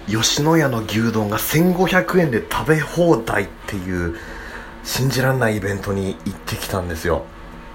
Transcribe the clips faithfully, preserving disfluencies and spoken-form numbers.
吉野家の牛丼がせんごひゃくえんで食べ放題っていう信じられないイベントに行ってきたんですよ。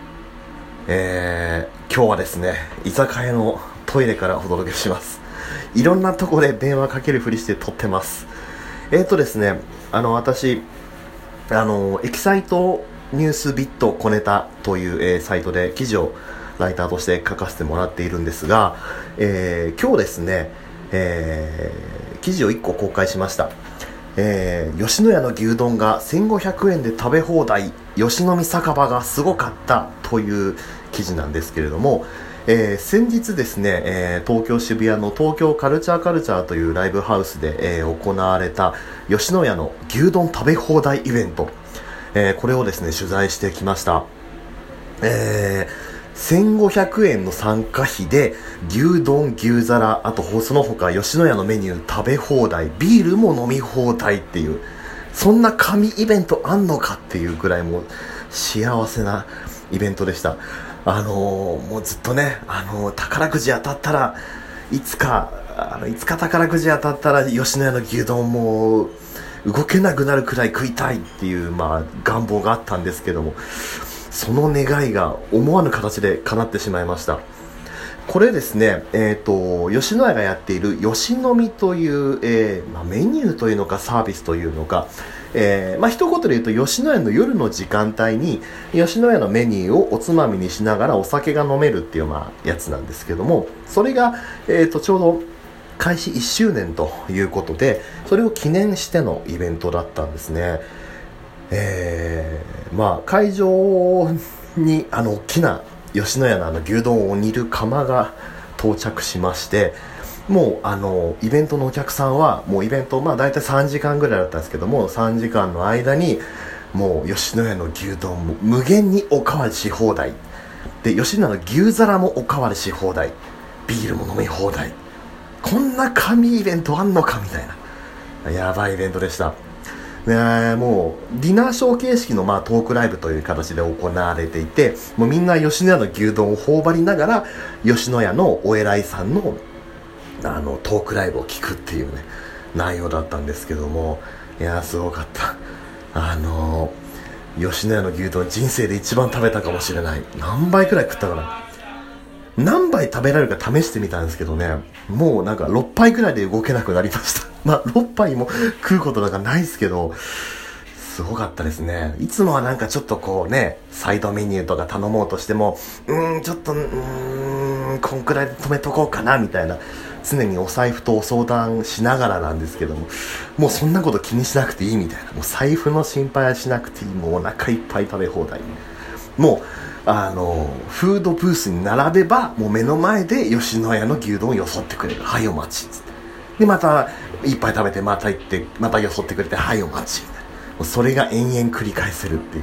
えー、今日はですね、居酒屋のトイレからお届けします。いろんなとこで電話かけるふりして撮ってます。えーとですね、あの私あのエキサイトニュースビット小ネタという、えー、サイトで記事をライターとして書かせてもらっているんですが、えー、今日ですね、えー、記事をいっこ公開しました。えー、吉野家の牛丼がせんごひゃくえんで食べ放題、吉野見酒場がすごかったという記事なんですけれども、えー、先日ですね、えー、東京渋谷の東京カルチャーカルチャーというライブハウスで、えー、行われた吉野家の牛丼食べ放題イベント、えー、これをですね取材してきました。えーせんごひゃくえんの参加費で牛丼、牛皿、あとその他吉野家のメニュー食べ放題、ビールも飲み放題っていう、そんな神イベントあんのかっていうくらいもう幸せなイベントでした。あのー、もうずっとね、あのー、宝くじ当たったらいつかあのいつか宝くじ当たったら吉野家の牛丼も動けなくなるくらい食いたいっていう、まあ、願望があったんですけども、その願いが思わぬ形で叶ってしまいました。これですね、えーと、吉野家がやっている吉飲みという、えーまあ、メニューというのかサービスというのか、えーまあ、一言で言うと吉野家の夜の時間帯に吉野家のメニューをおつまみにしながらお酒が飲めるっていう、まあ、やつなんですけども、それが、えーと、ちょうど開始いっしゅうねんということで、それを記念してのイベントだったんですね。えー、まあ会場にあの大きな吉野家のあの牛丼を煮る釜が到着しまして、もうあのイベントのお客さんはもうイベントまあ大体さんじかんぐらいだったんですけども、さんじかんの間にもう吉野家の牛丼も無限におかわりし放題で、吉野家の牛皿もおかわりし放題、ビールも飲み放題、こんな神イベントあんのかみたいなやばいイベントでした。ね、もうディナーショー形式の、まあ、トークライブという形で行われていて、もうみんな吉野家の牛丼を頬張りながら吉野家のお偉いさんのあのトークライブを聞くっていうね内容だったんですけども、いやすごかった。あの吉野家の牛丼人生で一番食べたかもしれない。何杯くらい食ったかな、何杯食べられるか試してみたんですけどね、もうなんかろっぱいくらいで動けなくなりました。まあろっぱいも食うことなんかないですけど、すごかったですね。いつもはなんかちょっとこうね、サイドメニューとか頼もうとしても、うーんちょっとうーんこんくらいで止めとこうかなみたいな、常にお財布とお相談しながらなんですけども、もうそんなこと気にしなくていいみたいな、もう財布の心配はしなくていい、もうお腹いっぱい食べ放題、もうあのフードブースに並べばもう目の前で吉野家の牛丼をよそってくれる、はいお待ちっつって、でまた一杯食べてまた行ってまたよそってくれて、はいお待ち、もうそれが延々繰り返せるっていう、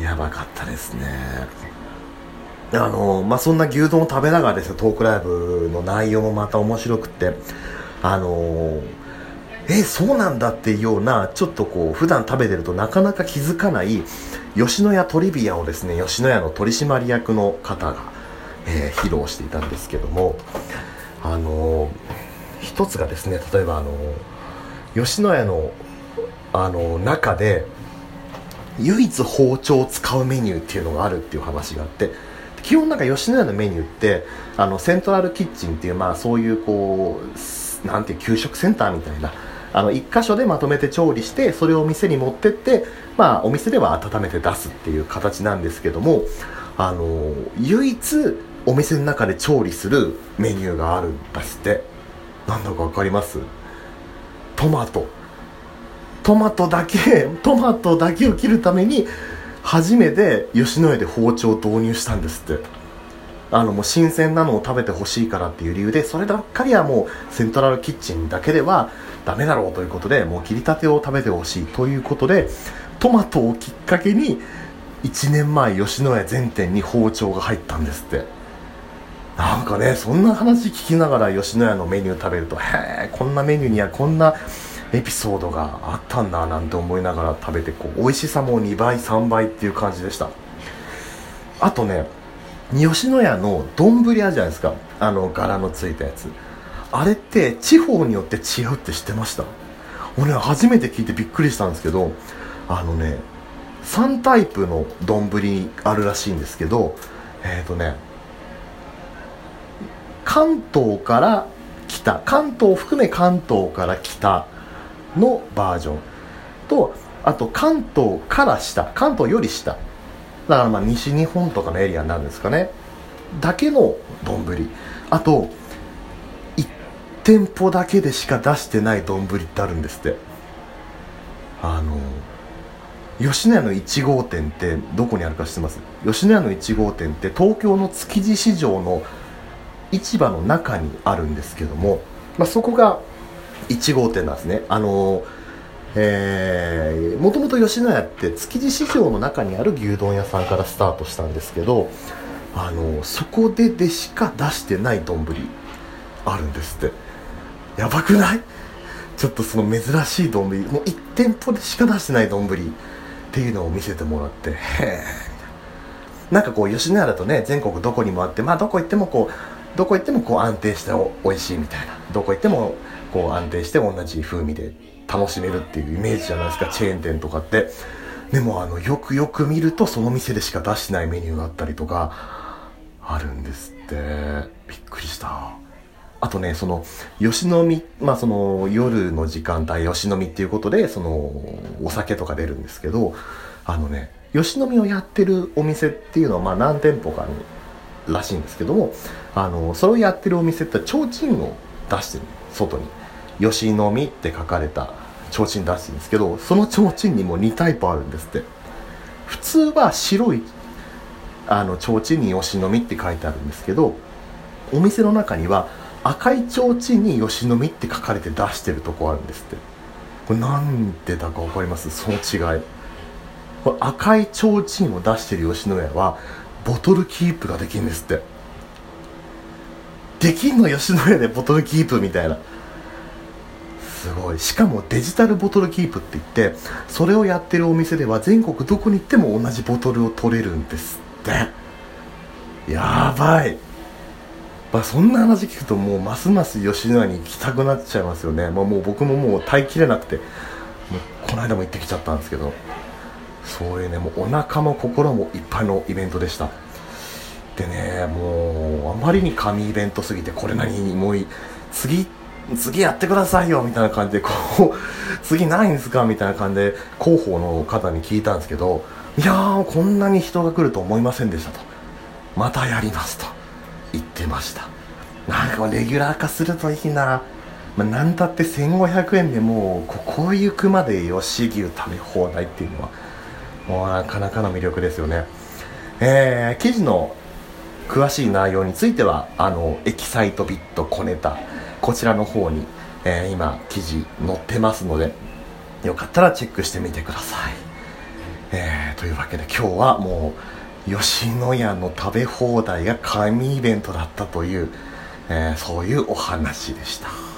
やばかったですね。あのまあそんな牛丼を食べながらですね、トークライブの内容もまた面白くって、あのえそうなんだっていうような、ちょっとこう普段食べてるとなかなか気づかない吉野家トリビアをですね、吉野家の取締役の方が、えー、披露していたんですけども、あのー、一つがですね、例えばあのー、吉野家の、あのー、中で唯一包丁を使うメニューっていうのがあるっていう話があって、基本なんか吉野家のメニューってあのセントラルキッチンっていう、まあそういうこうなんていう給食センターみたいな、あの一箇所でまとめて調理してそれを店に持ってって、まあお店では温めて出すっていう形なんですけども、あの唯一お店の中で調理するメニューがあるんですって。なんだかわかります？トマトトマトだけトマトだけを切るために初めて吉野家で包丁を導入したんですって。あのもう新鮮なのを食べてほしいからっていう理由で、そればっかりはもうセントラルキッチンだけではダメだろうということで、もう切りたてを食べてほしいということで、トマトをきっかけにいちねんまえ吉野家全店に包丁が入ったんですって。なんかね、そんな話聞きながら吉野家のメニュー食べると、へーこんなメニューにはこんなエピソードがあったんだなんて思いながら食べて、こう美味しさもにばいさんばいっていう感じでした。あとね、吉野家の丼あるじゃないですか、あの柄のついたやつ、 あれって地方によって違うって知ってました？俺初めて聞いてびっくりしたんですけど、あのねさんタイプの丼あるらしいんですけど、えっとね関東から北、関東を含め関東から北のバージョンと、あと関東から下、関東より下だからまあ西日本とかのエリアなんですかねだけの丼、あといち店舗だけでしか出してない丼ってあるんですって。あの吉野家のいち号店ってどこにあるか知ってます？吉野家のいち号店って東京の築地市場の市場の中にあるんですけども、まあ、そこがいち号店なんですね。あのえー、もともと吉野家って築地市場の中にある牛丼屋さんからスタートしたんですけど、あのそこででしか出してない丼あるんですって。やばくない？ちょっとその珍しい丼、もういち店舗でしか出してない丼っていうのを見せてもらって、へえ、なんかこう吉野家だとね全国どこにもあって、まあどこ行ってもこうどこ行ってもこう安定しておいしいみたいな、どこ行ってもこう安定して同じ風味で楽しめるっていうイメージじゃないですか、チェーン店とかって。でもあのよくよく見るとその店でしか出してないメニューがあったりとかあるんですって。びっくりした。あとね、その吉野み、まあその夜の時間帯吉野みっていうことでそのお酒とか出るんですけど、あのね吉野みをやってるお店っていうのはまあ何店舗かにらしいんですけども、あのそれをやってるお店って提灯を出してる、外に吉野みって書かれた提灯出してるんですけど、その提灯にもにタイプあるんですって。普通は白いあの提灯に吉野みって書いてあるんですけど、お店の中には赤い提灯に吉野みって書かれて出してるとこあるんですって。これなんでだか分かります？その違い。これ赤い提灯を出してる吉野家はボトルキープができるんですって。できんの？吉野家でボトルキープみたいな。すごい。しかもデジタルボトルキープって言って、それをやってるお店では全国どこに行っても同じボトルを取れるんですって。やばい。まあ、そんな話聞くともうますます吉野家に行きたくなっちゃいますよね。まあ、もう僕ももう耐えきれなくて、もうこの間も行ってきちゃったんですけど、そういうね、もうお腹も心もいっぱいのイベントでした。でね、もうあまりに神イベントすぎて、これ何もう次次やってくださいよみたいな感じで、こう次ないんですかみたいな感じで広報の方に聞いたんですけど、いやーこんなに人が来ると思いませんでしたと、またやりますと言ってました。なんかレギュラー化するといいな。まあ、なんだってせんごひゃくえんでもうここ行くまで吉牛食べ放題っていうのはもうなかなかの魅力ですよね。えー、記事の詳しい内容についてはあのエキサイトビット小ネタこちらの方に、えー、今記事載ってますので、よかったらチェックしてみてください。えー、というわけで今日はもう吉野家の食べ放題が神イベントだったという、えー、そういうお話でした。